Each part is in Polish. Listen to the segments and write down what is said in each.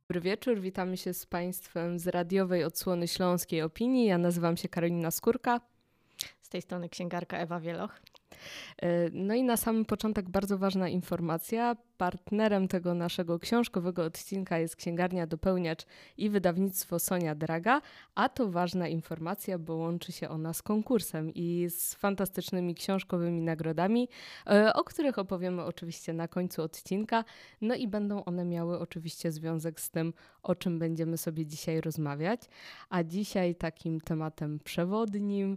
Dobry wieczór, witamy się z Państwem z radiowej odsłony Śląskiej Opinii. Ja nazywam się Karolina Skórka. Z tej strony księgarka Ewa Wieloch. No i na samym początek bardzo ważna informacja. Partnerem tego naszego książkowego odcinka jest księgarnia Dopełniacz i wydawnictwo Sonia Draga, a to ważna informacja, bo łączy się ona z konkursem i z fantastycznymi książkowymi nagrodami, o których opowiemy oczywiście na końcu odcinka. No i będą one miały oczywiście związek z tym, o czym będziemy sobie dzisiaj rozmawiać. A dzisiaj takim tematem przewodnim,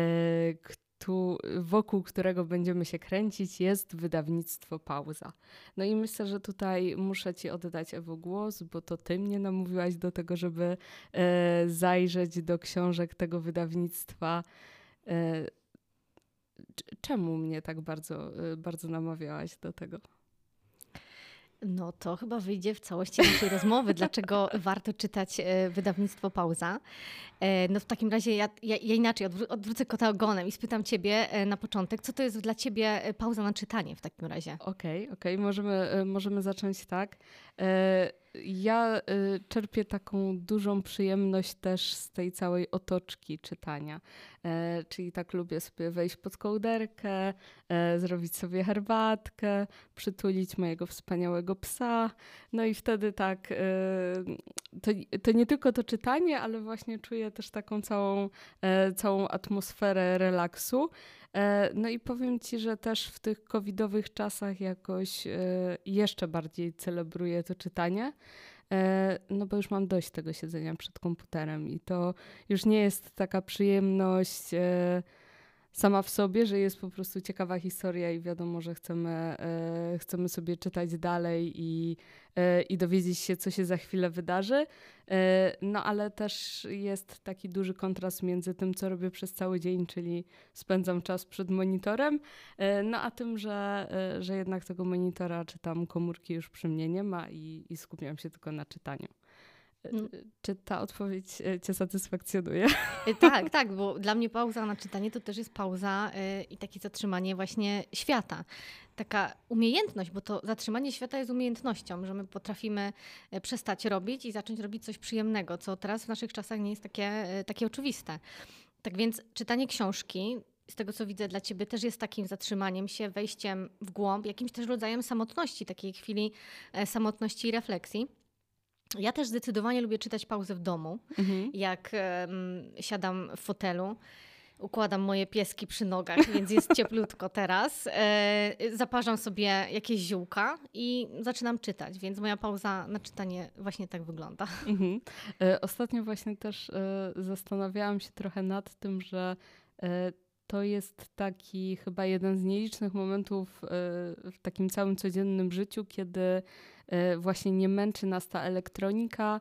wokół którego będziemy się kręcić, jest wydawnictwo Pauza. No i myślę, że tutaj muszę Ci oddać, Ewo, głos, bo to Ty mnie namówiłaś do tego, żeby zajrzeć do książek tego wydawnictwa. Czemu mnie tak bardzo namawiałaś do tego? No to chyba wyjdzie w całości naszej rozmowy, dlaczego warto czytać wydawnictwo Pauza. No w takim razie ja inaczej odwrócę kota ogonem i spytam Ciebie na początek, co to jest dla Ciebie pauza na czytanie w takim razie? Okej, możemy zacząć tak. Ja czerpię taką dużą przyjemność też z tej całej otoczki czytania. Czyli tak lubię sobie wejść pod kołderkę, zrobić sobie herbatkę, przytulić mojego wspaniałego psa. No i wtedy tak, to nie tylko to czytanie, ale właśnie czuję też taką całą atmosferę relaksu. No i powiem Ci, że też w tych covidowych czasach jakoś jeszcze bardziej celebruję to czytanie, no bo już mam dość tego siedzenia przed komputerem i to już nie jest taka przyjemność sama w sobie, że jest po prostu ciekawa historia i wiadomo, że chcemy sobie czytać dalej i dowiedzieć się, co się za chwilę wydarzy. No ale też jest taki duży kontrast między tym, co robię przez cały dzień, czyli spędzam czas przed monitorem, no a tym, że jednak tego monitora czy tam komórki już przy mnie nie ma i skupiam się tylko na czytaniu. Czy ta odpowiedź Cię satysfakcjonuje? Tak, bo dla mnie pauza na czytanie to też jest pauza i takie zatrzymanie właśnie świata. Taka umiejętność, bo to zatrzymanie świata jest umiejętnością, że my potrafimy przestać robić i zacząć robić coś przyjemnego, co teraz w naszych czasach nie jest takie oczywiste. Tak więc czytanie książki, z tego co widzę dla Ciebie, też jest takim zatrzymaniem się, wejściem w głąb, jakimś też rodzajem samotności, takiej chwili samotności i refleksji. Ja też zdecydowanie lubię czytać pauzę w domu, jak siadam w fotelu, układam moje pieski przy nogach, więc jest cieplutko teraz. Zaparzam sobie jakieś ziółka i zaczynam czytać, więc moja pauza na czytanie właśnie tak wygląda. Ostatnio właśnie też zastanawiałam się trochę nad tym, że to jest taki chyba jeden z nielicznych momentów w takim całym codziennym życiu, kiedy właśnie nie męczy nas ta elektronika.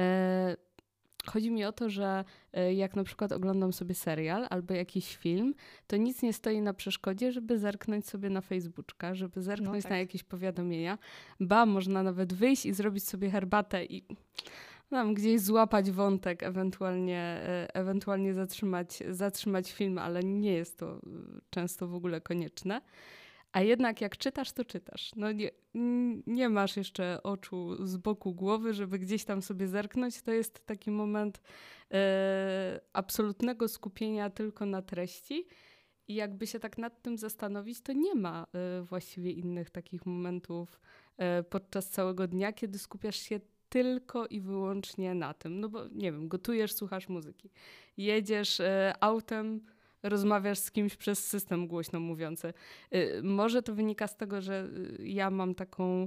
Chodzi mi o to, że jak na przykład oglądam sobie serial albo jakiś film, to nic nie stoi na przeszkodzie, żeby zerknąć sobie na Facebooka, żeby zerknąć na jakieś powiadomienia. Można nawet wyjść i zrobić sobie herbatę i tam gdzieś złapać wątek, ewentualnie zatrzymać film, ale nie jest to często w ogóle konieczne. A jednak jak czytasz, to czytasz. No nie masz jeszcze oczu z boku głowy, żeby gdzieś tam sobie zerknąć. To jest taki moment absolutnego skupienia tylko na treści. I jakby się tak nad tym zastanowić, to nie ma właściwie innych takich momentów podczas całego dnia, kiedy skupiasz się tylko i wyłącznie na tym. No bo nie wiem, gotujesz, słuchasz muzyki. Jedziesz autem, rozmawiasz z kimś przez system głośno mówiący. Może to wynika z tego, że ja mam taką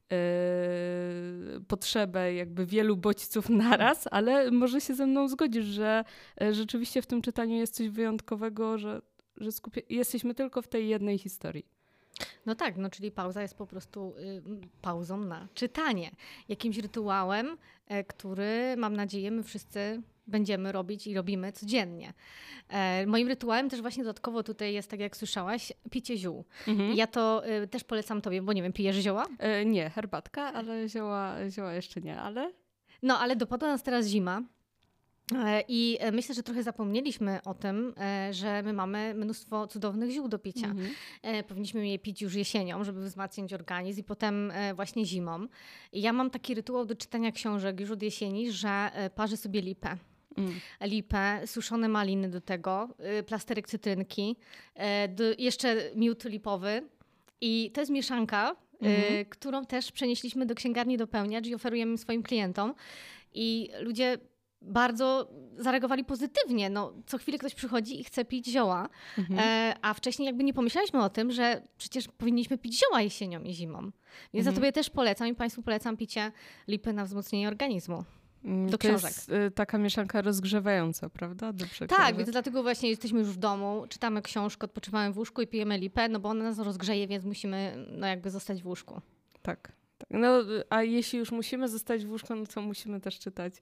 potrzebę jakby wielu bodźców naraz, ale może się ze mną zgodzisz, że rzeczywiście w tym czytaniu jest coś wyjątkowego, że jesteśmy tylko w tej jednej historii. No tak, czyli pauza jest po prostu pauzą na czytanie. Jakimś rytuałem, który mam nadzieję my wszyscy będziemy robić i robimy codziennie. Moim rytuałem też właśnie dodatkowo tutaj jest, tak jak słyszałaś, picie ziół. I ja to też polecam Tobie, bo nie wiem, pijesz zioła? Nie, herbatka, ale zioła jeszcze nie, ale... No, ale dopadła nas teraz zima. I myślę, że trochę zapomnieliśmy o tym, że my mamy mnóstwo cudownych ziół do picia. Powinniśmy je pić już jesienią, żeby wzmacniać organizm i potem właśnie zimą. I ja mam taki rytuał do czytania książek już od jesieni, że parzę sobie lipę. Lipę, suszone maliny do tego, plasterek cytrynki, jeszcze miód lipowy. I to jest mieszanka, którą też przenieśliśmy do księgarni dopełniacz i oferujemy swoim klientom. I ludzie bardzo zareagowali pozytywnie. No, co chwilę ktoś przychodzi i chce pić zioła, a wcześniej jakby nie pomyśleliśmy o tym, że przecież powinniśmy pić zioła jesienią i zimą. Więc ja tobie też polecam i Państwu polecam picie lipy na wzmocnienie organizmu. Do książek. To jest taka mieszanka rozgrzewająca, prawda? Tak, więc dlatego właśnie jesteśmy już w domu, czytamy książkę, odpoczywamy w łóżku i pijemy lipę, no bo ona nas rozgrzeje, więc musimy jakby zostać w łóżku. Tak. No, a jeśli już musimy zostać w łóżku, no to musimy też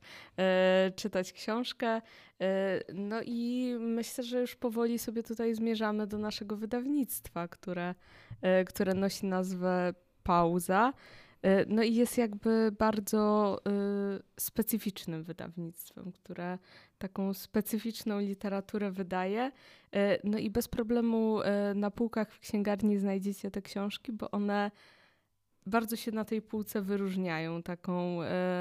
czytać książkę. No i myślę, że już powoli sobie tutaj zmierzamy do naszego wydawnictwa, które nosi nazwę Pauza. No i jest jakby bardzo specyficznym wydawnictwem, które taką specyficzną literaturę wydaje. No i bez problemu na półkach w księgarni znajdziecie te książki, bo one bardzo się na tej półce wyróżniają taką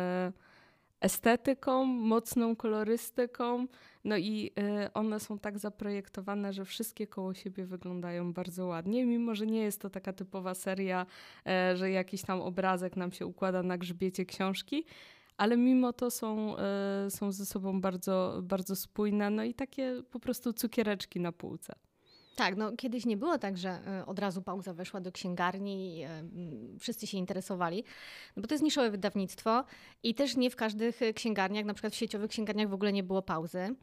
estetyką, mocną kolorystyką. No i one są tak zaprojektowane, że wszystkie koło siebie wyglądają bardzo ładnie, mimo że nie jest to taka typowa seria, że jakiś tam obrazek nam się układa na grzbiecie książki, ale mimo to są ze sobą bardzo, bardzo spójne, no i takie po prostu cukiereczki na półce. Tak, no kiedyś nie było tak, że od razu Pauza weszła do księgarni i wszyscy się interesowali, no bo to jest niszowe wydawnictwo i też nie w każdych księgarniach, na przykład w sieciowych księgarniach w ogóle nie było Pauzy.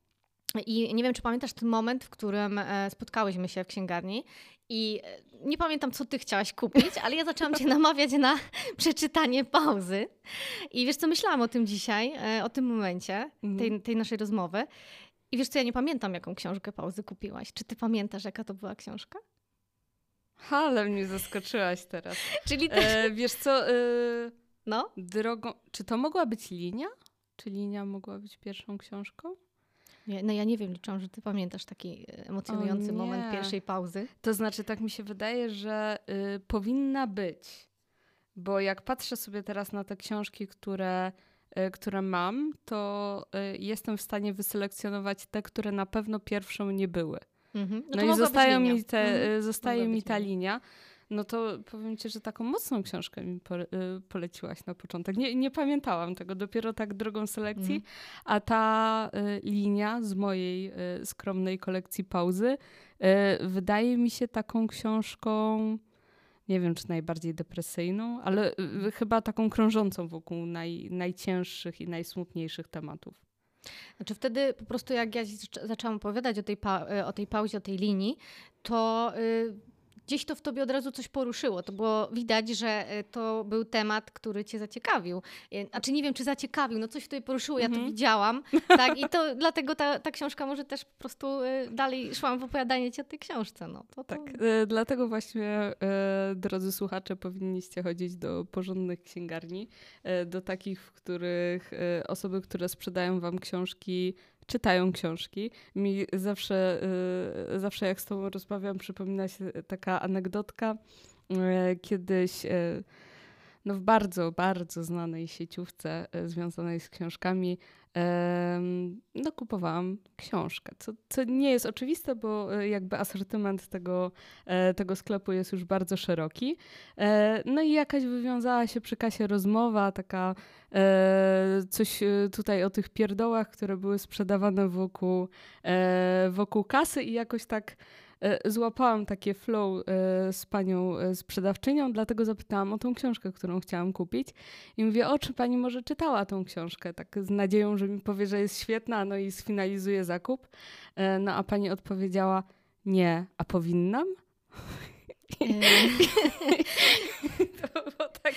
I nie wiem, czy pamiętasz ten moment, w którym spotkałyśmy się w księgarni i nie pamiętam, co ty chciałaś kupić, ale ja zaczęłam cię namawiać na przeczytanie Pauzy. I wiesz co, myślałam o tym dzisiaj, o tym momencie, tej naszej rozmowy. I wiesz co, ja nie pamiętam, jaką książkę Pauzy kupiłaś. Czy ty pamiętasz, jaka to była książka? Ale mnie zaskoczyłaś teraz. Czyli też... Wiesz co, no? Czy to mogła być Linia? Czy Linia mogła być pierwszą książką? No ja nie wiem, liczyłam, że ty pamiętasz taki emocjonujący moment pierwszej Pauzy. To znaczy, tak mi się wydaje, że powinna być. Bo jak patrzę sobie teraz na te książki, które mam, to jestem w stanie wyselekcjonować te, które na pewno pierwszą nie były. No i zostaje mi ta linia. No to powiem ci, że taką mocną książkę mi poleciłaś na początek. Nie pamiętałam tego, dopiero tak drogą selekcji. A ta linia z mojej skromnej kolekcji Pauzy wydaje mi się taką książką, nie wiem, czy najbardziej depresyjną, ale chyba taką krążącą wokół najcięższych i najsmutniejszych tematów. Znaczy wtedy po prostu jak ja zaczęłam opowiadać o tej pauzie, o tej linii, to gdzieś to w tobie od razu coś poruszyło. To było widać, że to był temat, który cię zaciekawił. Znaczy nie wiem, czy zaciekawił, no coś w tobie poruszyło, ja to widziałam. Tak? I to dlatego ta książka może też po prostu dalej szłam w opowiadanie ci o tej książce. No, Tak, dlatego właśnie, drodzy słuchacze, powinniście chodzić do porządnych księgarni, do takich, w których osoby, które sprzedają wam książki, czytają książki. Mi zawsze jak z tobą rozmawiam, przypomina się taka anegdotka. Kiedyś w bardzo, bardzo znanej sieciówce związanej z książkami kupowałam książkę. Co nie jest oczywiste, bo jakby asortyment tego sklepu jest już bardzo szeroki. No i jakaś wywiązała się przy kasie rozmowa, taka coś tutaj o tych pierdołach, które były sprzedawane wokół kasy i jakoś tak złapałam takie flow z panią sprzedawczynią, dlatego zapytałam o tą książkę, którą chciałam kupić. I mówię, czy pani może czytała tą książkę? Tak z nadzieją, że mi powie, że jest świetna, no i sfinalizuje zakup. No a pani odpowiedziała, nie, a powinnam? To było takie...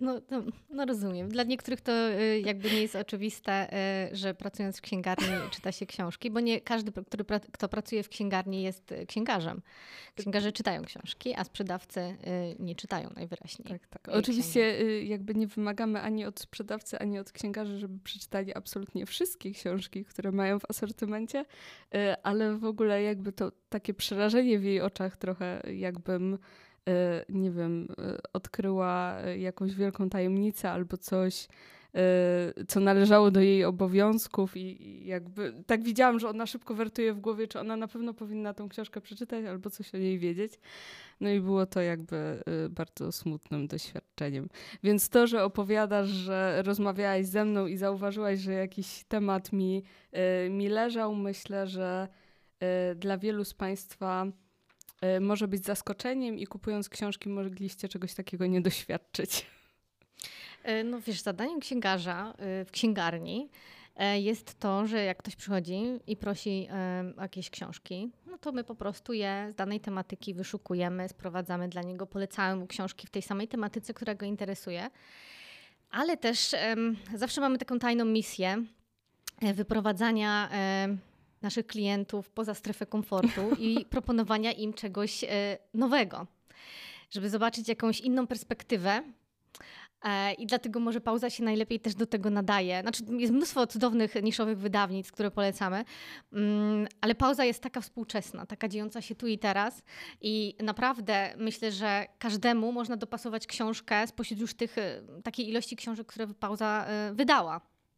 No rozumiem. Dla niektórych to jakby nie jest oczywiste, że pracując w księgarni czyta się książki, bo nie każdy, kto pracuje w księgarni jest księgarzem. Księgarze czytają książki, a sprzedawcy nie czytają najwyraźniej. Tak. Oczywiście jakby nie wymagamy ani od sprzedawcy, ani od księgarzy, żeby przeczytali absolutnie wszystkie książki, które mają w asortymencie, ale w ogóle jakby to takie przerażenie w jej oczach trochę jakbym nie wiem, odkryła jakąś wielką tajemnicę albo coś, co należało do jej obowiązków i jakby tak widziałam, że ona szybko wertuje w głowie, czy ona na pewno powinna tą książkę przeczytać albo coś o niej wiedzieć. No i było to jakby bardzo smutnym doświadczeniem. Więc to, że opowiadasz, że rozmawiałaś ze mną i zauważyłaś, że jakiś temat mi leżał, myślę, że dla wielu z Państwa może być zaskoczeniem i kupując książki mogliście czegoś takiego nie doświadczyć. No wiesz, zadaniem księgarza w księgarni jest to, że jak ktoś przychodzi i prosi o jakieś książki, no to my po prostu je z danej tematyki wyszukujemy, sprowadzamy dla niego, polecamy mu książki w tej samej tematyce, która go interesuje. Ale też zawsze mamy taką tajną misję wyprowadzania naszych klientów poza strefę komfortu i proponowania im czegoś nowego, żeby zobaczyć jakąś inną perspektywę. I dlatego może Pauza się najlepiej też do tego nadaje. Znaczy, jest mnóstwo cudownych, niszowych wydawnictw, które polecamy, ale Pauza jest taka współczesna, taka dziejąca się tu i teraz i naprawdę myślę, że każdemu można dopasować książkę spośród już takiej ilości książek, które Pauza wydała.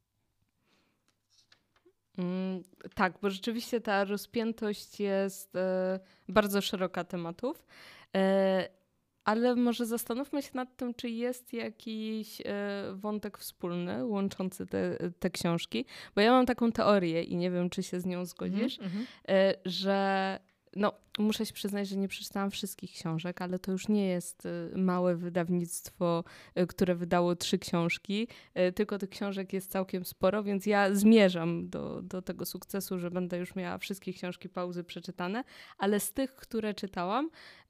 Tak, bo rzeczywiście ta rozpiętość jest bardzo szeroka tematów, ale może zastanówmy się nad tym, czy jest jakiś wątek wspólny łączący te książki, bo ja mam taką teorię i nie wiem, czy się z nią zgodzisz, że no, muszę się przyznać, że nie przeczytałam wszystkich książek, ale to już nie jest małe wydawnictwo, które wydało 3 książki, tylko tych książek jest całkiem sporo, więc ja zmierzam do tego sukcesu, że będę już miała wszystkie książki Pauzy przeczytane, ale z tych, które czytałam,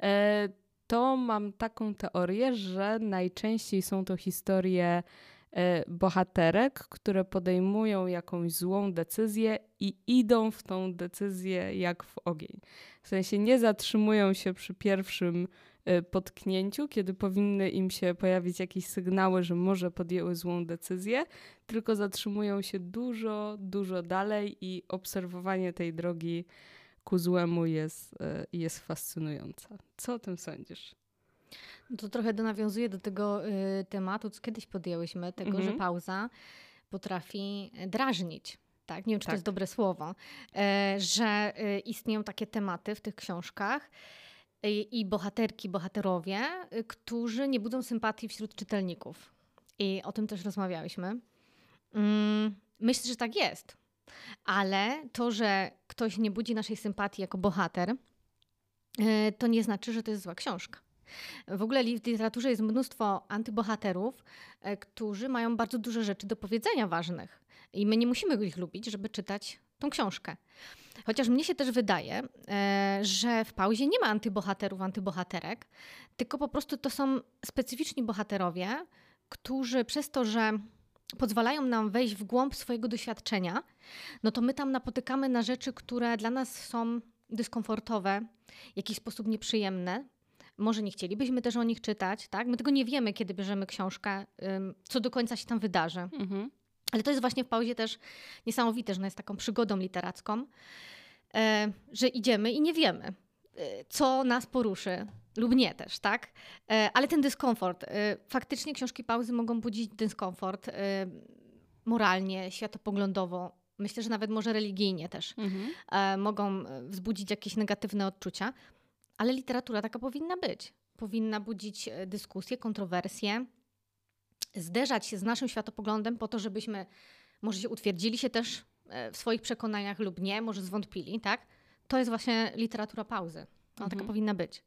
to mam taką teorię, że najczęściej są to historie bohaterek, które podejmują jakąś złą decyzję i idą w tą decyzję jak w ogień. W sensie nie zatrzymują się przy pierwszym potknięciu, kiedy powinny im się pojawić jakieś sygnały, że może podjęły złą decyzję, tylko zatrzymują się dużo, dużo dalej i obserwowanie tej drogi ku złemu jest fascynujące. Co o tym sądzisz? To trochę nawiązuje do tego tematu, co kiedyś podjęłyśmy, tego, że Pauza potrafi drażnić. Tak? Nie wiem, czy to jest dobre słowo. Że istnieją takie tematy w tych książkach i bohaterki, bohaterowie, którzy nie budzą sympatii wśród czytelników. I o tym też rozmawiałyśmy. Myślę, że tak jest. Ale to, że ktoś nie budzi naszej sympatii jako bohater, to nie znaczy, że to jest zła książka. W ogóle w literaturze jest mnóstwo antybohaterów, którzy mają bardzo dużo rzeczy do powiedzenia ważnych. I my nie musimy ich lubić, żeby czytać tą książkę. Chociaż mnie się też wydaje, że w Pauzie nie ma antybohaterów, antybohaterek, tylko po prostu to są specyficzni bohaterowie, którzy przez to, że pozwalają nam wejść w głąb swojego doświadczenia, no to my tam napotykamy na rzeczy, które dla nas są dyskomfortowe, w jakiś sposób nieprzyjemne. Może nie chcielibyśmy też o nich czytać, tak? My tego nie wiemy, kiedy bierzemy książkę, co do końca się tam wydarzy. Ale to jest właśnie w Pauzie też niesamowite, że ona jest taką przygodą literacką, że idziemy i nie wiemy, co nas poruszy lub nie też, tak? Ale ten dyskomfort, faktycznie książki Pauzy mogą budzić dyskomfort moralnie, światopoglądowo, myślę, że nawet może religijnie też. Mogą wzbudzić jakieś negatywne odczucia, ale literatura taka powinna być. Powinna budzić dyskusje, kontrowersje, zderzać się z naszym światopoglądem po to, żebyśmy może się utwierdzili się też w swoich przekonaniach lub nie, może zwątpili, tak? To jest właśnie literatura Pauzy. Ona taka powinna być.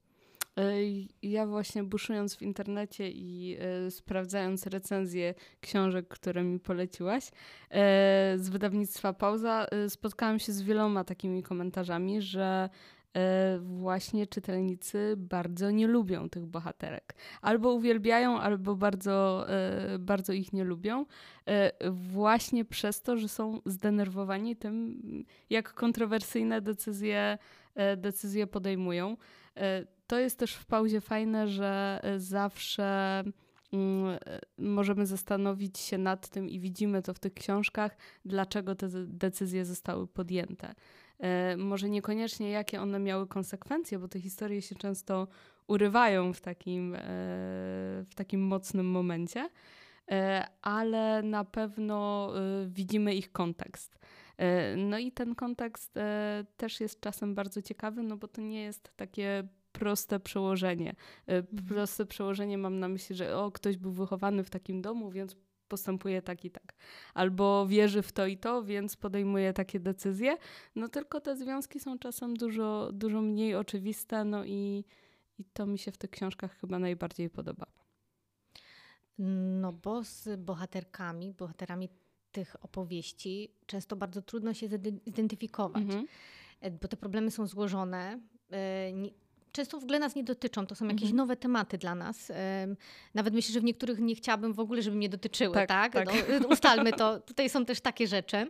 Ja właśnie buszując w internecie i sprawdzając recenzje książek, które mi poleciłaś z wydawnictwa Pauza, spotkałam się z wieloma takimi komentarzami, że właśnie czytelnicy bardzo nie lubią tych bohaterek. Albo uwielbiają, albo bardzo ich nie lubią. Właśnie przez to, że są zdenerwowani tym, jak kontrowersyjne decyzje podejmują. To jest też w pauzie fajne, że zawsze możemy zastanowić się nad tym i widzimy to w tych książkach, dlaczego te decyzje zostały podjęte. Może niekoniecznie jakie one miały konsekwencje, bo te historie się często urywają w takim mocnym momencie, ale na pewno widzimy ich kontekst. No i ten kontekst też jest czasem bardzo ciekawy, no bo to nie jest takie proste przełożenie. Proste przełożenie mam na myśli, że ktoś był wychowany w takim domu, więc postępuje tak i tak. Albo wierzy w to i to, więc podejmuje takie decyzje. No tylko te związki są czasem dużo mniej oczywiste, no i to mi się w tych książkach chyba najbardziej podoba. No bo z bohaterami tych opowieści często bardzo trudno się zidentyfikować, bo te problemy są złożone. Często w ogóle nas nie dotyczą, to są jakieś nowe tematy dla nas. Nawet myślę, że w niektórych nie chciałabym w ogóle, żeby mnie dotyczyły, tak? No, ustalmy to, tutaj są też takie rzeczy.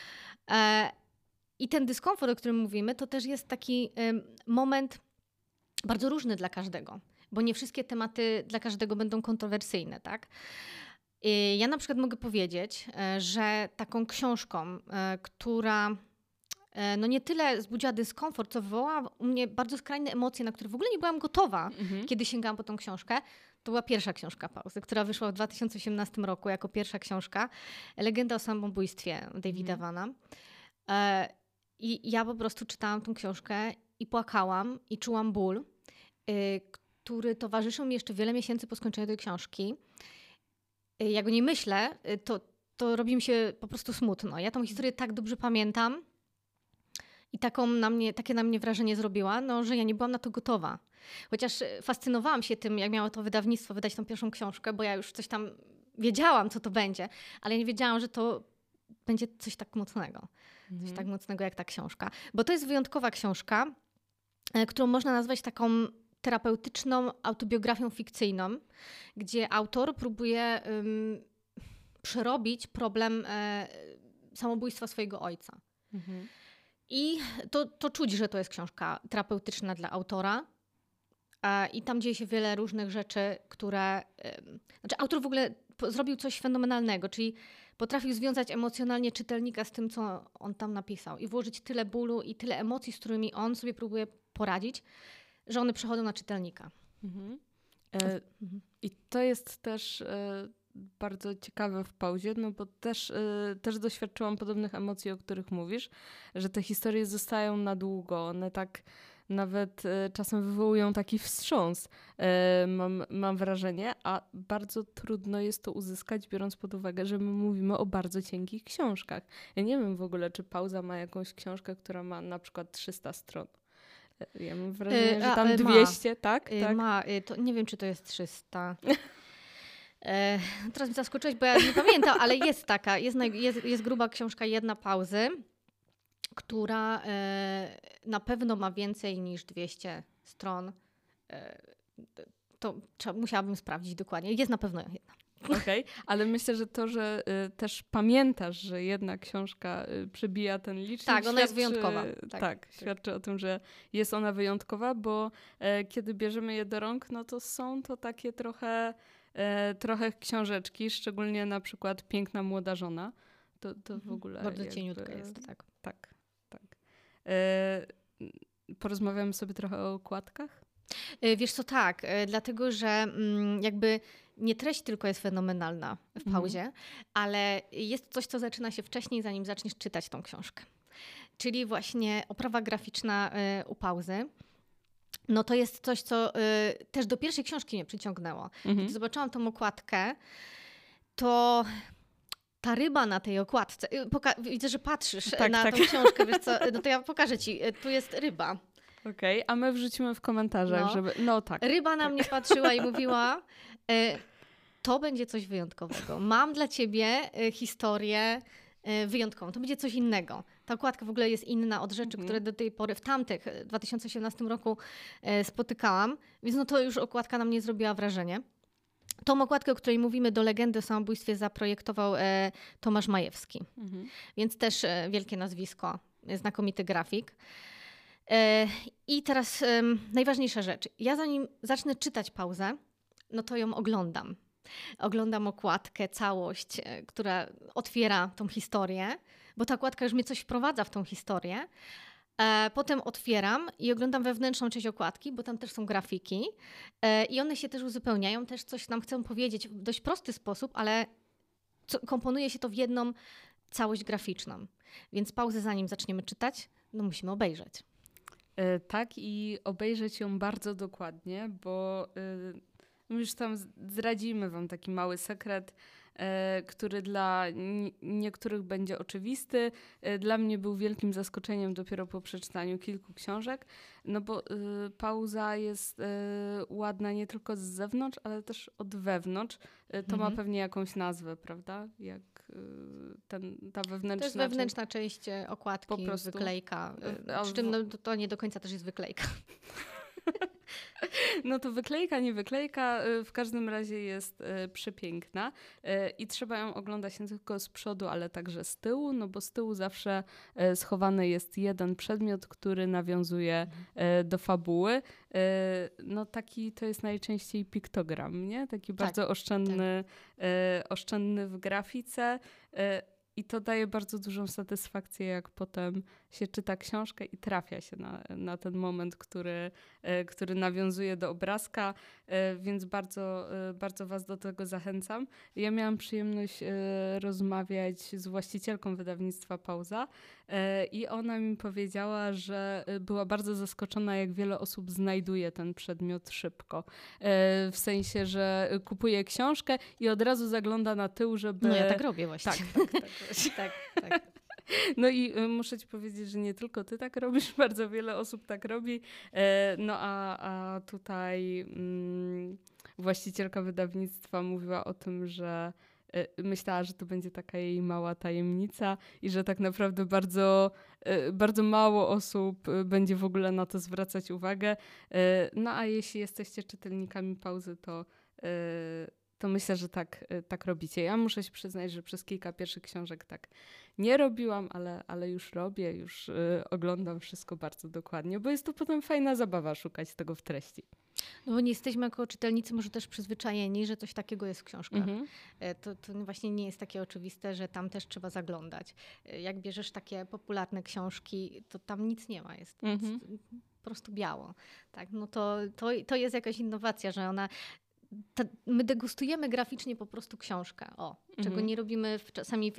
I ten dyskomfort, o którym mówimy, to też jest taki moment bardzo różny dla każdego, bo nie wszystkie tematy dla każdego będą kontrowersyjne, tak? Ja na przykład mogę powiedzieć, że taką książką, która no nie tyle wzbudziła dyskomfort, co wywołała u mnie bardzo skrajne emocje, na które w ogóle nie byłam gotowa, kiedy sięgałam po tą książkę. To była pierwsza książka Pauzy, która wyszła w 2018 roku jako pierwsza książka. Legenda o samobójstwie Davida Vana. I ja po prostu czytałam tą książkę i płakałam i czułam ból, który towarzyszył mi jeszcze wiele miesięcy po skończeniu tej książki. Jak o niej myślę, to robi mi się po prostu smutno. Ja tą historię tak dobrze pamiętam i takie na mnie wrażenie zrobiła, no, że ja nie byłam na to gotowa. Chociaż fascynowałam się tym, jak miało to wydawnictwo wydać tą pierwszą książkę, bo ja już coś tam wiedziałam, co to będzie, ale ja nie wiedziałam, że to będzie coś tak mocnego. Coś tak mocnego jak ta książka. Bo to jest wyjątkowa książka, którą można nazwać taką terapeutyczną autobiografią fikcyjną, gdzie autor próbuje przerobić problem samobójstwa swojego ojca. I to czuć, że to jest książka terapeutyczna dla autora. I tam dzieje się wiele różnych rzeczy, które... Znaczy autor w ogóle zrobił coś fenomenalnego, czyli potrafił związać emocjonalnie czytelnika z tym, co on tam napisał i włożyć tyle bólu i tyle emocji, z którymi on sobie próbuje poradzić, że one przechodzą na czytelnika. I to jest też bardzo ciekawe w Pauzie, no bo też doświadczyłam podobnych emocji, o których mówisz, że te historie zostają na długo. One tak nawet czasem wywołują taki wstrząs, mam wrażenie, a bardzo trudno jest to uzyskać, biorąc pod uwagę, że my mówimy o bardzo cienkich książkach. Ja nie wiem w ogóle, czy Pauza ma jakąś książkę, która ma na przykład 300 stron. Ja mam wrażenie, że tam 200, tak? Ma. To nie wiem, czy to jest 300. Teraz mnie zaskoczyłeś, bo ja nie pamiętam, ale jest taka. Jest gruba książka Jedna Pauzy, która na pewno ma więcej niż 200 stron. To musiałabym sprawdzić dokładnie. Jest na pewno jedna. Okej, ale myślę, że to, że też pamiętasz, że jedna książka przebija ten licznik. Tak, ona jest wyjątkowa. Tak, świadczy o tym, że jest ona wyjątkowa, bo kiedy bierzemy je do rąk, no to są to takie trochę książeczki, szczególnie na przykład Piękna młoda żona. To w ogóle bardzo cieniutka jest, tak. Tak. Porozmawiamy sobie trochę o okładkach? Wiesz co, tak, dlatego że jakby nie treść tylko jest fenomenalna w Pauzie, ale jest coś, co zaczyna się wcześniej, zanim zaczniesz czytać tą książkę. Czyli właśnie oprawa graficzna u Pauzy. No to jest coś, co też do pierwszej książki mnie przyciągnęło. Kiedy zobaczyłam tą okładkę, to ta ryba na tej okładce, widzę, że patrzysz na tą książkę, wiesz co, no to ja pokażę ci, tu jest ryba. Okej, a my wrzucimy w komentarzach, żeby... No tak. Ryba na mnie patrzyła i mówiła, to będzie coś wyjątkowego. Mam dla ciebie historię wyjątkową. To będzie coś innego. Ta okładka w ogóle jest inna od rzeczy, które do tej pory w tamtych 2018 roku spotykałam, więc no to już okładka na mnie zrobiła wrażenie. Tą okładkę, o której mówimy, do legendy o samobójstwie zaprojektował Tomasz Majewski. Więc też wielkie nazwisko, znakomity grafik. I teraz najważniejsza rzecz. Ja zanim zacznę czytać pauzę, no to ją oglądam. Oglądam okładkę, całość, która otwiera tą historię, bo ta okładka już mnie coś wprowadza w tą historię. Potem otwieram i oglądam wewnętrzną część okładki, bo tam też są grafiki i one się też uzupełniają, też coś nam chcą powiedzieć w dość prosty sposób, ale komponuje się to w jedną całość graficzną. Więc pauzę zanim zaczniemy czytać, no musimy obejrzeć. Tak, i obejrzeć ją bardzo dokładnie, bo już tam zdradzimy wam taki mały sekret, który dla niektórych będzie oczywisty. Dla mnie był wielkim zaskoczeniem dopiero po przeczytaniu kilku książek, no bo pauza jest ładna nie tylko z zewnątrz, ale też od wewnątrz. To ma pewnie jakąś nazwę, prawda? Jak ta wewnętrzna... To jest wewnętrzna część okładki, po prostu wyklejka. Przy czym to nie do końca też jest wyklejka. No to wyklejka, nie wyklejka, w każdym razie jest przepiękna i trzeba ją oglądać nie tylko z przodu, ale także z tyłu, no bo z tyłu zawsze schowany jest jeden przedmiot, który nawiązuje do fabuły. No taki to jest najczęściej piktogram, nie? Taki bardzo oszczędny w grafice. I to daje bardzo dużą satysfakcję, jak potem się czyta książkę i trafia się na ten moment, który nawiązuje do obrazka, więc bardzo was do tego zachęcam. Ja miałam przyjemność rozmawiać z właścicielką wydawnictwa Pauza i ona mi powiedziała, że była bardzo zaskoczona, jak wiele osób znajduje ten przedmiot szybko. W sensie, że kupuje książkę i od razu zagląda na tył, żeby... No ja tak robię właśnie. Tak. No i muszę ci powiedzieć, że nie tylko ty tak robisz, bardzo wiele osób tak robi. No a tutaj właścicielka wydawnictwa mówiła o tym, że myślała, że to będzie taka jej mała tajemnica i że tak naprawdę bardzo mało osób będzie w ogóle na to zwracać uwagę. No a jeśli jesteście czytelnikami Pauzy, to myślę, że tak robicie. Ja muszę się przyznać, że przez kilka pierwszych książek tak nie robiłam, ale już robię, już oglądam wszystko bardzo dokładnie, bo jest to potem fajna zabawa szukać tego w treści. No bo nie jesteśmy jako czytelnicy może też przyzwyczajeni, że coś takiego jest w książkach. To właśnie nie jest takie oczywiste, że tam też trzeba zaglądać. Jak bierzesz takie popularne książki, to tam nic nie ma, jest po prostu biało. Tak? No to jest jakaś innowacja, że ona... My degustujemy graficznie po prostu książkę, czego nie robimy czasami w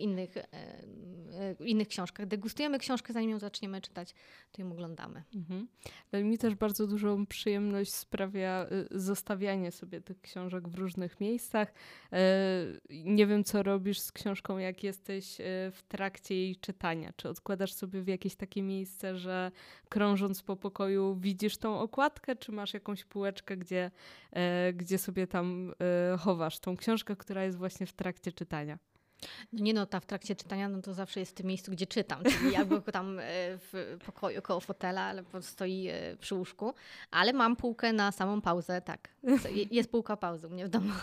innych książkach. Degustujemy książkę, zanim ją zaczniemy czytać, to ją oglądamy. Mi też bardzo dużą przyjemność sprawia zostawianie sobie tych książek w różnych miejscach. Nie wiem, co robisz z książką, jak jesteś w trakcie jej czytania. Czy odkładasz sobie w jakieś takie miejsce, że krążąc po pokoju widzisz tą okładkę, czy masz jakąś półeczkę, gdzie sobie tam chowasz tą książkę, która jest właśnie w trakcie czytania? No ta w trakcie czytania, no to zawsze jest w tym miejscu, gdzie czytam, czyli jakby tam w pokoju koło fotela, ale stoi przy łóżku, ale mam półkę na samą pauzę, tak. Jest półka pauzy u mnie w domu.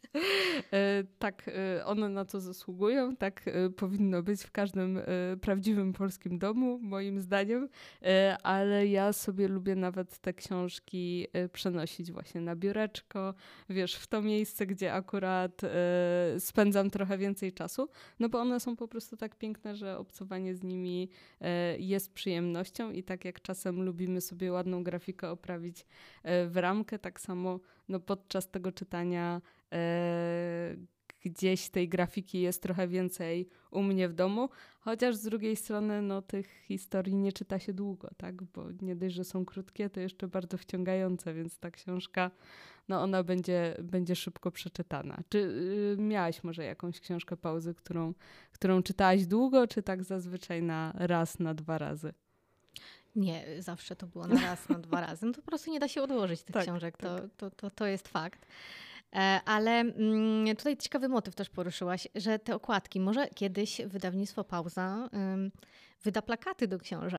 Tak, one na to zasługują, tak powinno być w każdym prawdziwym polskim domu, moim zdaniem, ale ja sobie lubię nawet te książki przenosić właśnie na biureczko, wiesz, w to miejsce, gdzie akurat spędzam trochę więcej czasu, no bo one są po prostu tak piękne, że obcowanie z nimi jest przyjemnością i tak jak czasem lubimy sobie ładną grafikę oprawić w ramkę, tak samo no podczas tego czytania gdzieś tej grafiki jest trochę więcej u mnie w domu, chociaż z drugiej strony no, tych historii nie czyta się długo, tak? Bo nie dość, że są krótkie, to jeszcze bardzo wciągające, więc ta książka, no ona będzie szybko przeczytana. Czy miałaś może jakąś książkę Pauzy, którą czytałaś długo, czy tak zazwyczaj na raz, na 2 razy? Nie, zawsze to było na raz, na 2 razy. No to po prostu nie da się odłożyć tych książek, to jest fakt. Ale tutaj ciekawy motyw też poruszyłaś, że te okładki, może kiedyś wydawnictwo Pauza wyda plakaty do książek.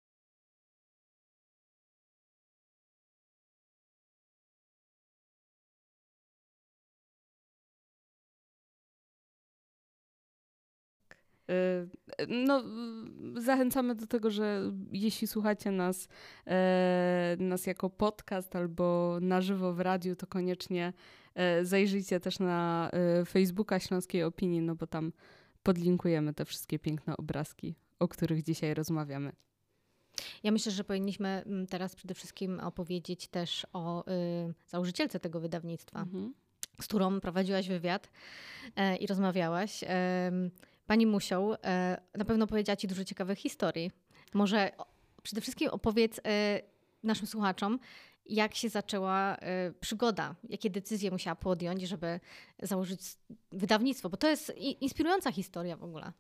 No, zachęcamy do tego, że jeśli słuchacie nas jako podcast albo na żywo w radiu, to koniecznie zajrzyjcie też na Facebooka Śląskiej Opinii, no bo tam podlinkujemy te wszystkie piękne obrazki, o których dzisiaj rozmawiamy. Ja myślę, że powinniśmy teraz przede wszystkim opowiedzieć też o założycielce tego wydawnictwa, z którą prowadziłaś wywiad i rozmawiałaś. Pani Musiał na pewno powiedziała ci dużo ciekawych historii. Może przede wszystkim opowiedz naszym słuchaczom, jak się zaczęła przygoda, jakie decyzje musiała podjąć, żeby założyć wydawnictwo, bo to jest inspirująca historia w ogóle.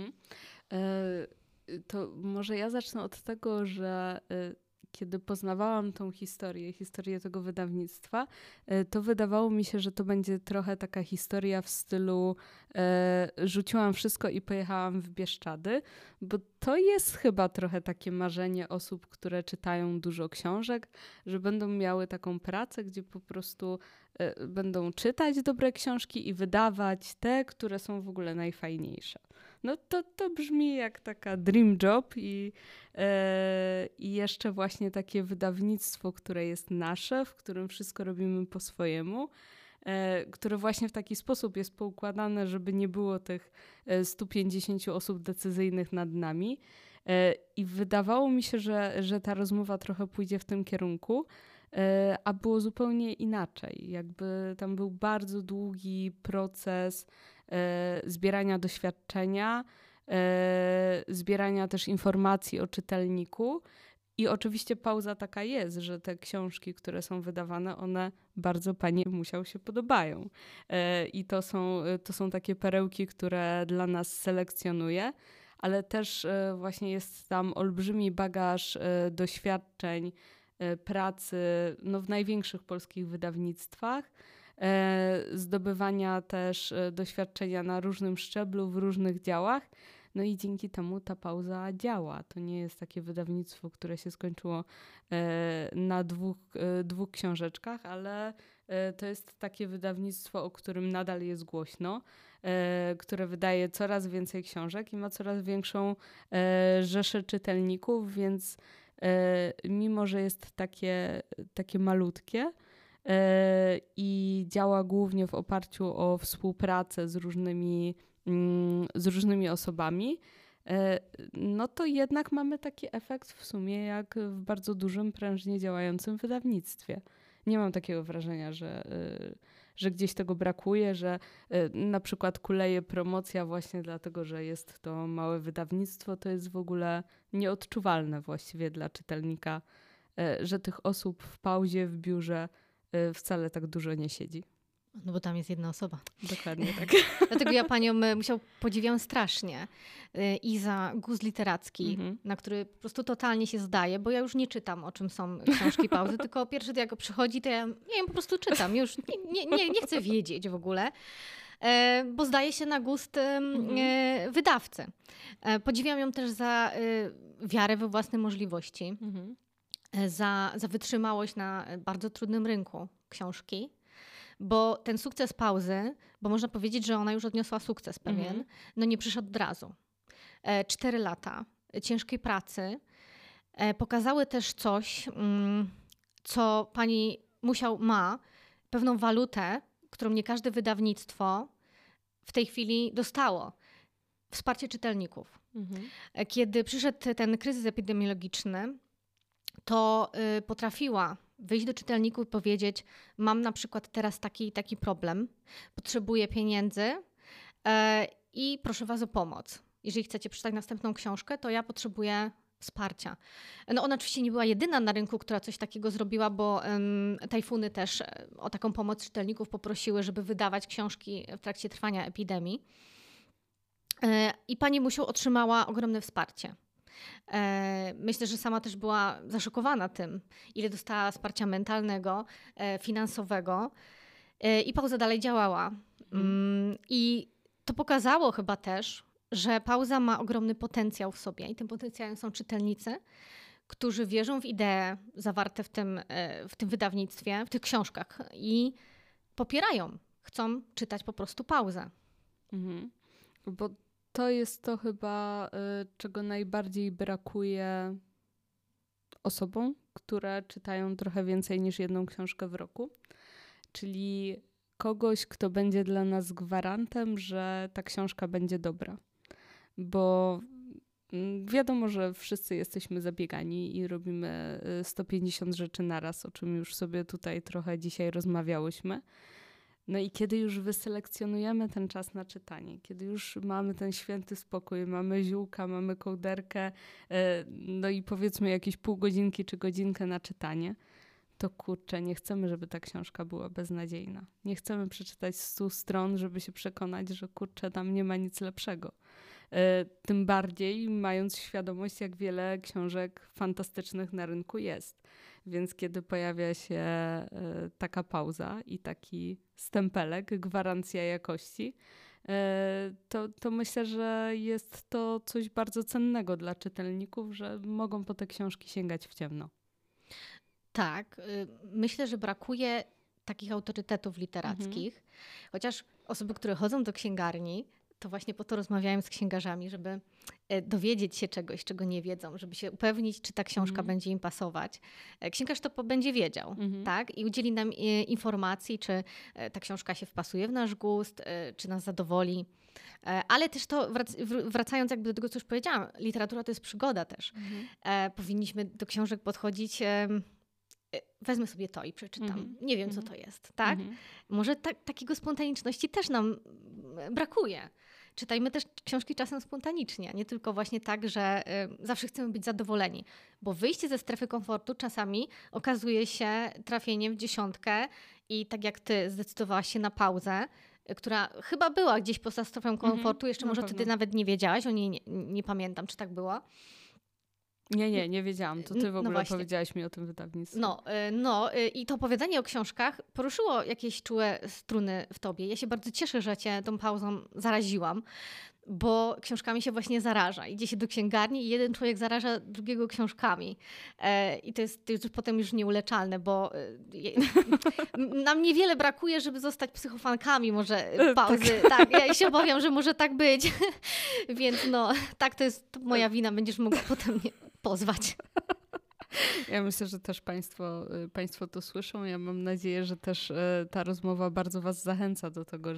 To może ja zacznę od tego, że kiedy poznawałam tą historię tego wydawnictwa, to wydawało mi się, że to będzie trochę taka historia w stylu rzuciłam wszystko i pojechałam w Bieszczady, bo to jest chyba trochę takie marzenie osób, które czytają dużo książek, że będą miały taką pracę, gdzie po prostu będą czytać dobre książki i wydawać te, które są w ogóle najfajniejsze. No to brzmi jak taka dream job i jeszcze właśnie takie wydawnictwo, które jest nasze, w którym wszystko robimy po swojemu, które właśnie w taki sposób jest poukładane, żeby nie było tych 150 osób decyzyjnych nad nami. I wydawało mi się, że ta rozmowa trochę pójdzie w tym kierunku, a było zupełnie inaczej. Jakby tam był bardzo długi proces zbierania doświadczenia, zbierania też informacji o czytelniku. I oczywiście pauza taka jest, że te książki, które są wydawane, one bardzo pani Musiał się podobają. I to są takie perełki, które dla nas selekcjonuje, ale też właśnie jest tam olbrzymi bagaż doświadczeń, pracy w największych polskich wydawnictwach, zdobywania też doświadczenia na różnym szczeblu, w różnych działach. No i dzięki temu ta pauza działa. To nie jest takie wydawnictwo, które się skończyło na dwóch książeczkach, ale to jest takie wydawnictwo, o którym nadal jest głośno, które wydaje coraz więcej książek i ma coraz większą rzeszę czytelników, więc mimo, że jest takie malutkie i działa głównie w oparciu o współpracę z różnymi osobami, no to jednak mamy taki efekt w sumie jak w bardzo dużym, prężnie działającym wydawnictwie. Nie mam takiego wrażenia, że gdzieś tego brakuje, że na przykład kuleje promocja właśnie dlatego, że jest to małe wydawnictwo. To jest w ogóle nieodczuwalne właściwie dla czytelnika, że tych osób w pauzie, w biurze wcale tak dużo nie siedzi. No bo tam jest jedna osoba. Dokładnie tak. Dlatego ja panią Musiał podziwiam strasznie i za gust literacki, na który po prostu totalnie się zdaje, bo ja już nie czytam, o czym są książki pauzy, tylko pierwszy jak go przychodzi, to ja nie wiem, po prostu czytam. Już nie chcę wiedzieć w ogóle, bo zdaje się na gust wydawcy. Podziwiam ją też za wiarę we własne możliwości, za wytrzymałość na bardzo trudnym rynku książki. Bo ten sukces pauzy, bo można powiedzieć, że ona już odniosła sukces pewien, no nie przyszedł od razu. 4 lata ciężkiej pracy pokazały też coś, co pani Musiał ma, pewną walutę, którą nie każde wydawnictwo w tej chwili dostało. Wsparcie czytelników. Kiedy przyszedł ten kryzys epidemiologiczny, to potrafiła wyjść do czytelników i powiedzieć, mam na przykład teraz taki problem, potrzebuję pieniędzy i proszę was o pomoc. Jeżeli chcecie przeczytać następną książkę, to ja potrzebuję wsparcia. No ona oczywiście nie była jedyna na rynku, która coś takiego zrobiła, bo Tajfuny też o taką pomoc czytelników poprosiły, żeby wydawać książki w trakcie trwania epidemii. I pani Musiał otrzymała ogromne wsparcie. Myślę, że sama też była zaszokowana tym, ile dostała wsparcia mentalnego, finansowego. I pauza dalej działała. I to pokazało chyba też, że pauza ma ogromny potencjał w sobie i tym potencjałem są czytelnicy, którzy wierzą w idee zawarte w tym wydawnictwie, w tych książkach i popierają. Chcą czytać po prostu pauzę. Bo to jest to chyba, czego najbardziej brakuje osobom, które czytają trochę więcej niż jedną książkę w roku. Czyli kogoś, kto będzie dla nas gwarantem, że ta książka będzie dobra. Bo wiadomo, że wszyscy jesteśmy zabiegani i robimy 150 rzeczy naraz, o czym już sobie tutaj trochę dzisiaj rozmawiałyśmy. No i kiedy już wyselekcjonujemy ten czas na czytanie, kiedy już mamy ten święty spokój, mamy ziółka, mamy kołderkę, no i powiedzmy jakieś pół godzinki czy godzinkę na czytanie, to kurczę, nie chcemy, żeby ta książka była beznadziejna. Nie chcemy przeczytać 100 stron, żeby się przekonać, że kurczę, tam nie ma nic lepszego. Tym bardziej mając świadomość, jak wiele książek fantastycznych na rynku jest. Więc kiedy pojawia się taka pauza i taki stempelek, gwarancja jakości, to myślę, że jest to coś bardzo cennego dla czytelników, że mogą po te książki sięgać w ciemno. Tak, myślę, że brakuje takich autorytetów literackich, chociaż osoby, które chodzą do księgarni, to właśnie po to rozmawiają z księgarzami, żeby dowiedzieć się czegoś, czego nie wiedzą, żeby się upewnić, czy ta książka będzie im pasować. Księgarz to będzie wiedział, tak? I udzieli nam informacji, czy ta książka się wpasuje w nasz gust, czy nas zadowoli. Ale też to, wracając jakby do tego, co już powiedziałam, literatura to jest przygoda też. Powinniśmy do książek podchodzić... Wezmę sobie to i przeczytam. Nie wiem, co to jest, tak? Może takiego spontaniczności też nam brakuje. Czytajmy też książki czasem spontanicznie, nie tylko właśnie tak, że zawsze chcemy być zadowoleni. Bo wyjście ze strefy komfortu czasami okazuje się trafieniem w dziesiątkę i tak jak ty zdecydowałaś się na pauzę, która chyba była gdzieś poza strefą komfortu, jeszcze może wtedy nawet nie wiedziałaś, o niej nie pamiętam, czy tak było. Nie wiedziałam. To ty w ogóle powiedziałaś mi o tym wydawnictwie. I to opowiadanie o książkach poruszyło jakieś czułe struny w tobie. Ja się bardzo cieszę, że cię tą pauzą zaraziłam, bo książkami się właśnie zaraża. Idzie się do księgarni i jeden człowiek zaraża drugiego książkami. I to jest potem już nieuleczalne, bo nam niewiele brakuje, żeby zostać psychofankami może pauzy. Tak, ja się obawiam, że może tak być. Więc tak, to jest moja wina. Będziesz mógł potem mnie pozwać. Ja myślę, że też Państwo to słyszą. Ja mam nadzieję, że też ta rozmowa bardzo Was zachęca do tego,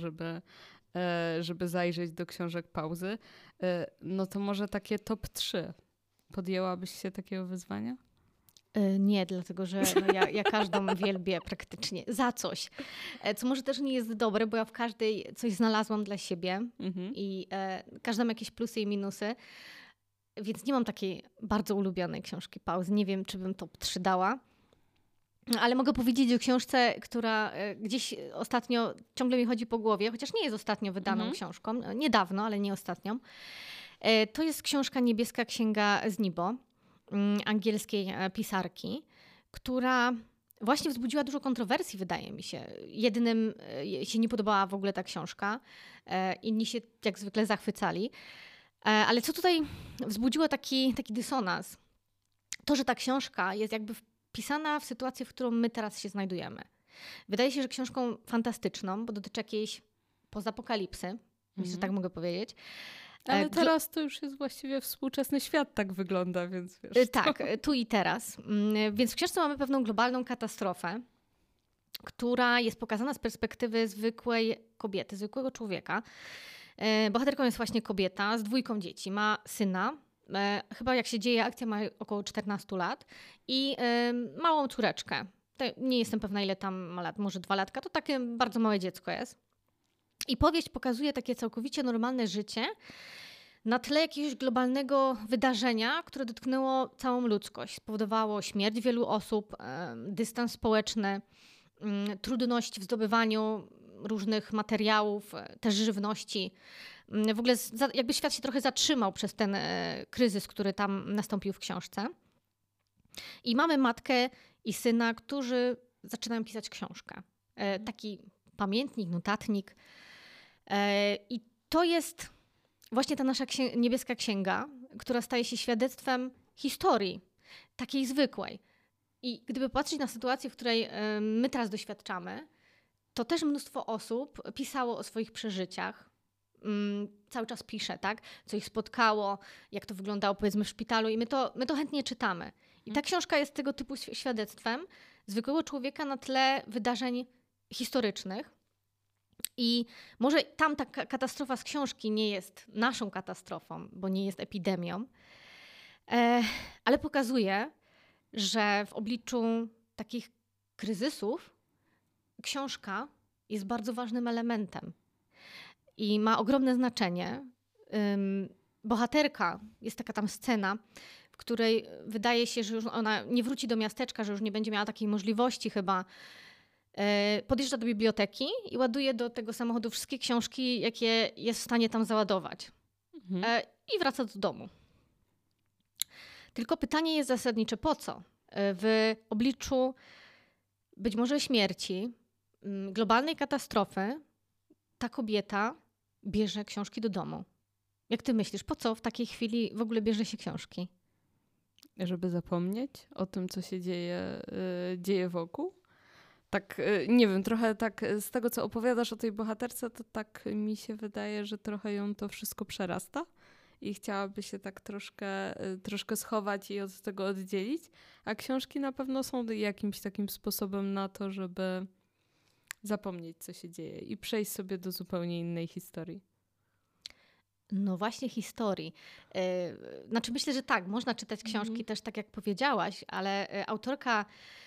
żeby zajrzeć do książek pauzy. No to może takie top 3. Podjęłabyś się takiego wyzwania? Nie, dlatego że ja każdą wielbię praktycznie za coś. Co może też nie jest dobre, bo ja w każdej coś znalazłam dla siebie i każda ma jakieś plusy i minusy. Więc nie mam takiej bardzo ulubionej książki pauzy. Nie wiem, czy bym top 3 dała. Ale mogę powiedzieć o książce, która gdzieś ostatnio ciągle mi chodzi po głowie, chociaż nie jest ostatnio wydaną książką. Niedawno, ale nie ostatnią. To jest książka Niebieska Księga z Nibo, angielskiej pisarki, która właśnie wzbudziła dużo kontrowersji, wydaje mi się. Jednym się nie podobała w ogóle ta książka, inni się jak zwykle zachwycali. Ale co tutaj wzbudziło taki dysonans? To, że ta książka jest jakby wpisana w sytuację, w którą my teraz się znajdujemy. Wydaje się, że książką fantastyczną, bo dotyczy jakiejś pozapokalipsy, jeśli tak mogę powiedzieć. Ale teraz to już jest właściwie współczesny świat, tak wygląda, więc wiesz. Tak, tu i teraz. Więc w książce mamy pewną globalną katastrofę, która jest pokazana z perspektywy zwykłej kobiety, zwykłego człowieka. Bohaterką jest właśnie kobieta z 2 dzieci. Ma syna, chyba jak się dzieje akcja ma około 14 lat i małą córeczkę. Nie jestem pewna, ile tam ma lat, może 2 latka. To takie bardzo małe dziecko jest. I powieść pokazuje takie całkowicie normalne życie na tle jakiegoś globalnego wydarzenia, które dotknęło całą ludzkość. Spowodowało śmierć wielu osób, dystans społeczny, trudność w zdobywaniu różnych materiałów, też żywności. W ogóle jakby świat się trochę zatrzymał przez ten kryzys, który tam nastąpił w książce. I mamy matkę i syna, którzy zaczynają pisać książkę. Taki pamiętnik, notatnik. I to jest właśnie ta nasza niebieska księga, która staje się świadectwem historii, takiej zwykłej. I gdyby patrzeć na sytuację, w której my teraz doświadczamy, to też mnóstwo osób pisało o swoich przeżyciach. Cały czas pisze, tak? Co ich spotkało, jak to wyglądało powiedzmy w szpitalu i my to chętnie czytamy. I ta książka jest tego typu świadectwem zwykłego człowieka na tle wydarzeń historycznych. I może tam ta katastrofa z książki nie jest naszą katastrofą, bo nie jest epidemią, ale pokazuje, że w obliczu takich kryzysów książka jest bardzo ważnym elementem i ma ogromne znaczenie. Bohaterka, jest taka tam scena, w której wydaje się, że już ona nie wróci do miasteczka, że już nie będzie miała takiej możliwości chyba. Podjeżdża do biblioteki i ładuje do tego samochodu wszystkie książki, jakie jest w stanie tam załadować. I wraca do domu. Tylko pytanie jest zasadnicze, po co? W obliczu być może śmierci, globalnej katastrofy, ta kobieta bierze książki do domu. Jak ty myślisz, po co w takiej chwili w ogóle bierze się książki? Żeby zapomnieć o tym, co się dzieje wokół. Tak, nie wiem, trochę tak z tego, co opowiadasz o tej bohaterce, to tak mi się wydaje, że trochę ją to wszystko przerasta i chciałaby się tak troszkę schować i od tego oddzielić, a książki na pewno są jakimś takim sposobem na to, żeby zapomnieć, co się dzieje i przejść sobie do zupełnie innej historii. No właśnie historii. Znaczy myślę, że tak, można czytać książki też tak jak powiedziałaś, ale autorka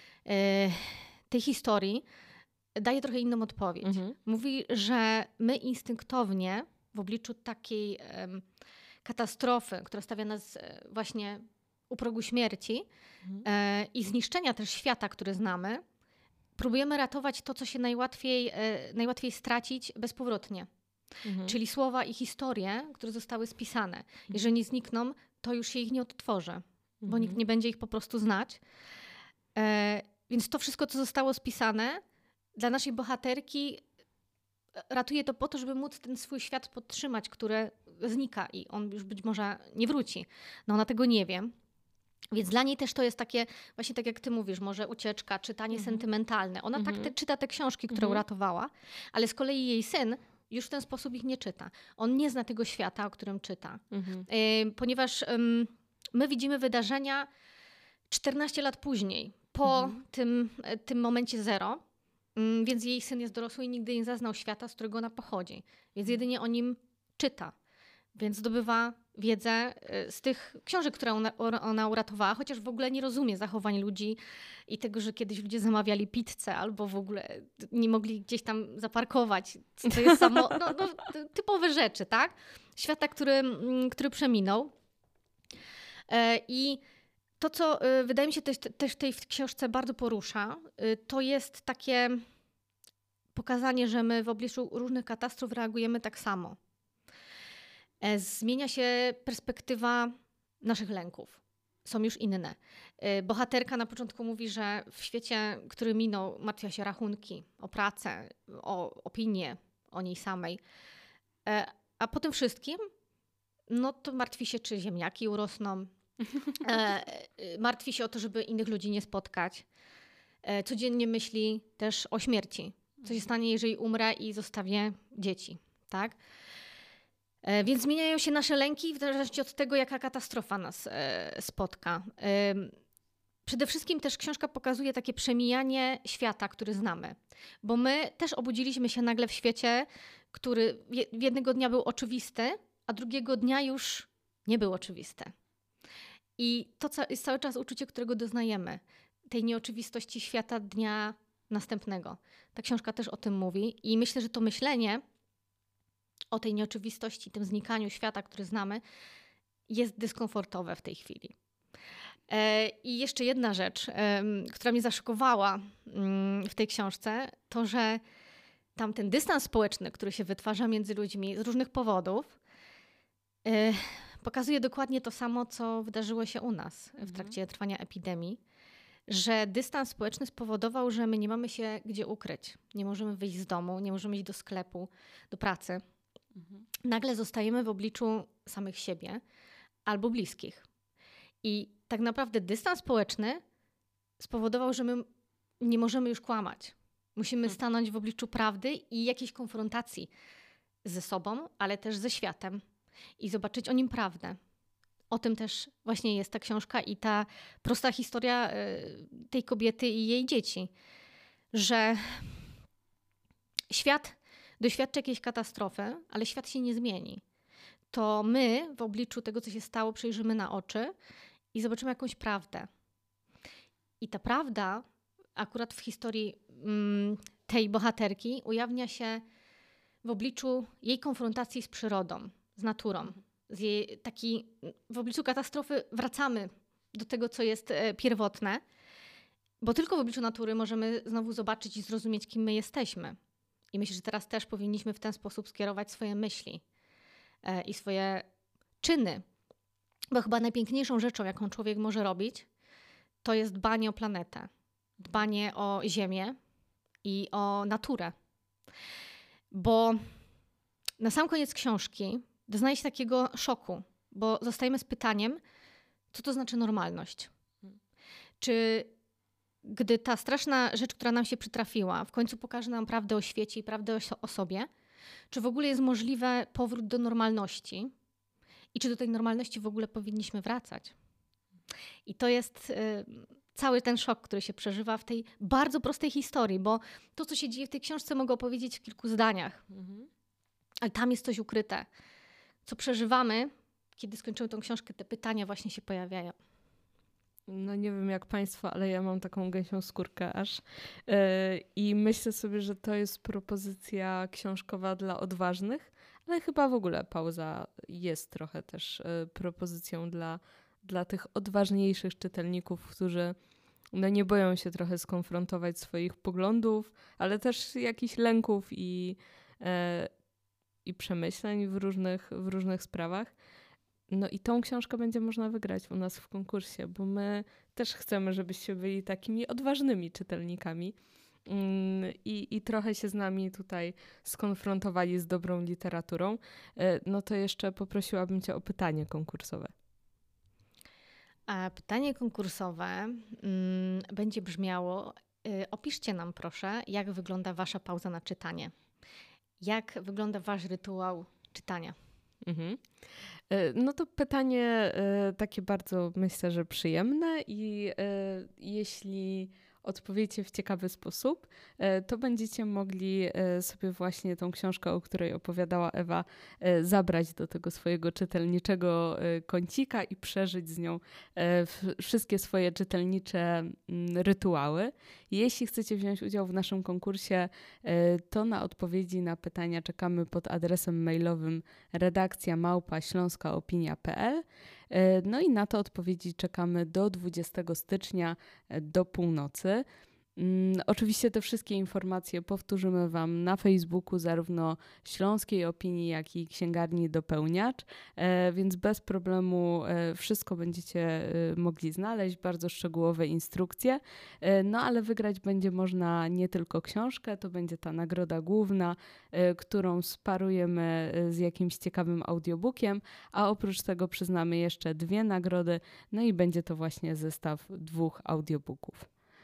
tej historii daje trochę inną odpowiedź. Mówi, że my instynktownie w obliczu takiej katastrofy, która stawia nas właśnie u progu śmierci i zniszczenia też świata, który znamy, próbujemy ratować to, co się najłatwiej stracić bezpowrotnie. Czyli słowa i historie, które zostały spisane. Jeżeli nie znikną, to już się ich nie odtworzy, bo nikt nie będzie ich po prostu znać. Więc to wszystko, co zostało spisane, dla naszej bohaterki ratuje to po to, żeby móc ten swój świat podtrzymać, który znika i on już być może nie wróci. No ona tego nie wie. Więc dla niej też to jest takie, właśnie tak jak ty mówisz, może ucieczka, czytanie sentymentalne. Ona tak czyta te książki, które uratowała, ale z kolei jej syn już w ten sposób ich nie czyta. On nie zna tego świata, o którym czyta. Ponieważ my widzimy wydarzenia 14 lat później, po tym momencie zero, więc jej syn jest dorosły i nigdy nie zaznał świata, z którego ona pochodzi. Więc jedynie o nim czyta. Więc zdobywa wiedzę z tych książek, które ona uratowała, chociaż w ogóle nie rozumie zachowań ludzi i tego, że kiedyś ludzie zamawiali pizzę albo w ogóle nie mogli gdzieś tam zaparkować. To jest typowe rzeczy, tak? Świata, który przeminął. I to, co wydaje mi się też w tej książce bardzo porusza, to jest takie pokazanie, że my w obliczu różnych katastrof reagujemy tak samo. Zmienia się perspektywa naszych lęków. Są już inne. Bohaterka na początku mówi, że w świecie, który minął, martwia się rachunki, o pracę, o opinię o niej samej. A po tym wszystkim, no to martwi się, czy ziemniaki urosną. Martwi się o to, żeby innych ludzi nie spotkać. Codziennie myśli też o śmierci. Co się stanie, jeżeli umrę i zostawię dzieci, tak? Więc zmieniają się nasze lęki w zależności od tego, jaka katastrofa nas spotka. Przede wszystkim też książka pokazuje takie przemijanie świata, który znamy. Bo my też obudziliśmy się nagle w świecie, który jednego dnia był oczywisty, a drugiego dnia już nie był oczywisty. I to jest cały czas uczucie, którego doznajemy. Tej nieoczywistości świata dnia następnego. Ta książka też o tym mówi. I myślę, że to myślenie o tej nieoczywistości, tym znikaniu świata, który znamy, jest dyskomfortowe w tej chwili. I jeszcze jedna rzecz, która mnie zaszokowała w tej książce, to, że tam ten dystans społeczny, który się wytwarza między ludźmi z różnych powodów, pokazuje dokładnie to samo, co wydarzyło się u nas w trakcie trwania epidemii. że dystans społeczny spowodował, że my nie mamy się gdzie ukryć. Nie możemy wyjść z domu, nie możemy iść do sklepu, do pracy. Nagle zostajemy w obliczu samych siebie albo bliskich. I tak naprawdę dystans społeczny spowodował, że my nie możemy już kłamać. Musimy stanąć w obliczu prawdy i jakiejś konfrontacji ze sobą, ale też ze światem i zobaczyć o nim prawdę. O tym też właśnie jest ta książka i ta prosta historia tej kobiety i jej dzieci, że świat doświadczy jakiejś katastrofy, ale świat się nie zmieni. To my w obliczu tego, co się stało, przejrzymy na oczy i zobaczymy jakąś prawdę. I ta prawda akurat w historii tej bohaterki ujawnia się w obliczu jej konfrontacji z przyrodą, z naturą. W obliczu katastrofy wracamy do tego, co jest pierwotne, bo tylko w obliczu natury możemy znowu zobaczyć i zrozumieć, kim my jesteśmy. I myślę, że teraz też powinniśmy w ten sposób skierować swoje myśli i swoje czyny. Bo chyba najpiękniejszą rzeczą, jaką człowiek może robić, to jest dbanie o planetę, dbanie o ziemię i o naturę. Bo na sam koniec książki doznaje się takiego szoku, bo zostajemy z pytaniem, co to znaczy normalność? Czy gdy ta straszna rzecz, która nam się przytrafiła, w końcu pokaże nam prawdę o świecie i prawdę o sobie, czy w ogóle jest możliwy powrót do normalności? I czy do tej normalności w ogóle powinniśmy wracać? I to jest cały ten szok, który się przeżywa w tej bardzo prostej historii, bo to, co się dzieje w tej książce, mogę opowiedzieć w kilku zdaniach. Ale tam jest coś ukryte. Co przeżywamy, kiedy skończymy tą książkę, te pytania właśnie się pojawiają. No nie wiem jak państwo, ale ja mam taką gęsią skórkę aż. I myślę sobie, że to jest propozycja książkowa dla odważnych, ale chyba w ogóle pauza jest trochę też propozycją dla tych odważniejszych czytelników, którzy no nie boją się trochę skonfrontować swoich poglądów, ale też jakichś lęków i przemyśleń w różnych sprawach. No i tą książkę będzie można wygrać u nas w konkursie, bo my też chcemy, żebyście byli takimi odważnymi czytelnikami i trochę się z nami tutaj skonfrontowali z dobrą literaturą. No to jeszcze poprosiłabym cię o pytanie konkursowe. A pytanie konkursowe będzie brzmiało, opiszcie nam proszę, jak wygląda wasza pauza na czytanie. Jak wygląda wasz rytuał czytania? No to pytanie takie bardzo, myślę, że przyjemne i jeśli odpowiecie w ciekawy sposób, to będziecie mogli sobie właśnie tą książkę, o której opowiadała Ewa, zabrać do tego swojego czytelniczego kącika i przeżyć z nią wszystkie swoje czytelnicze rytuały. Jeśli chcecie wziąć udział w naszym konkursie, to na odpowiedzi na pytania czekamy pod adresem mailowym redakcja@śląskaopinia.pl. No i na te odpowiedzi czekamy do 20 stycznia do północy. Oczywiście te wszystkie informacje powtórzymy Wam na Facebooku zarówno Śląskiej Opinii, jak i Księgarni Dopełniacz, więc bez problemu wszystko będziecie mogli znaleźć, bardzo szczegółowe instrukcje, no ale wygrać będzie można nie tylko książkę, to będzie ta nagroda główna, którą sparujemy z jakimś ciekawym audiobookiem, a oprócz tego przyznamy jeszcze 2 nagrody, no i będzie to właśnie zestaw 2 audiobooków.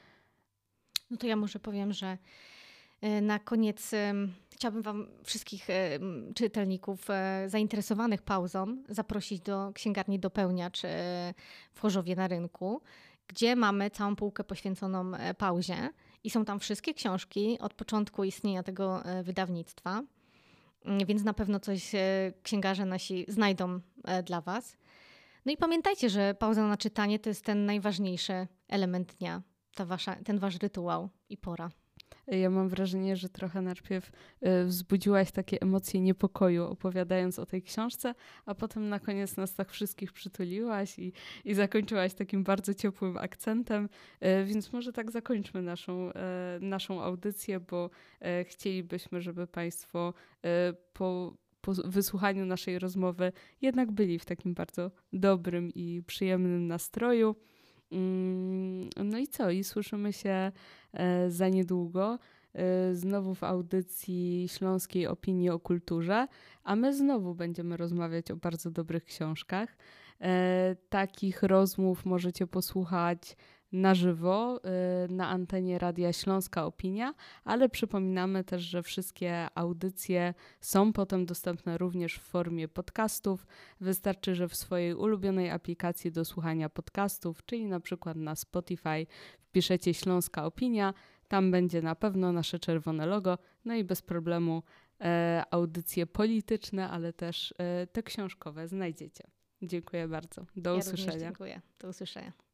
No to ja może powiem, że na koniec chciałabym Wam wszystkich czytelników zainteresowanych pauzą zaprosić do Księgarni Dopełniacz w Chorzowie na Rynku, gdzie mamy całą półkę poświęconą pauzie i są tam wszystkie książki od początku istnienia tego wydawnictwa, więc na pewno coś księgarze nasi znajdą dla Was. No i pamiętajcie, że pauza na czytanie to jest ten najważniejszy element dnia. Ten wasz rytuał i pora. Ja mam wrażenie, że trochę najpierw wzbudziłaś takie emocje niepokoju, opowiadając o tej książce, a potem na koniec nas tak wszystkich przytuliłaś i zakończyłaś takim bardzo ciepłym akcentem, więc może tak zakończmy naszą audycję, bo chcielibyśmy, żeby Państwo po wysłuchaniu naszej rozmowy jednak byli w takim bardzo dobrym i przyjemnym nastroju. No i co? I słyszymy się za niedługo. Znowu w audycji Śląskiej Opinii o Kulturze, a my znowu będziemy rozmawiać o bardzo dobrych książkach. Takich rozmów możecie posłuchać na żywo na antenie Radia Śląska Opinia, ale przypominamy też, że wszystkie audycje są potem dostępne również w formie podcastów. Wystarczy, że w swojej ulubionej aplikacji do słuchania podcastów, czyli na przykład na Spotify, wpiszecie Śląska Opinia. Tam będzie na pewno nasze czerwone logo, no i bez problemu audycje polityczne, ale też te książkowe znajdziecie. Dziękuję bardzo. Do usłyszenia. Również dziękuję. Do usłyszenia.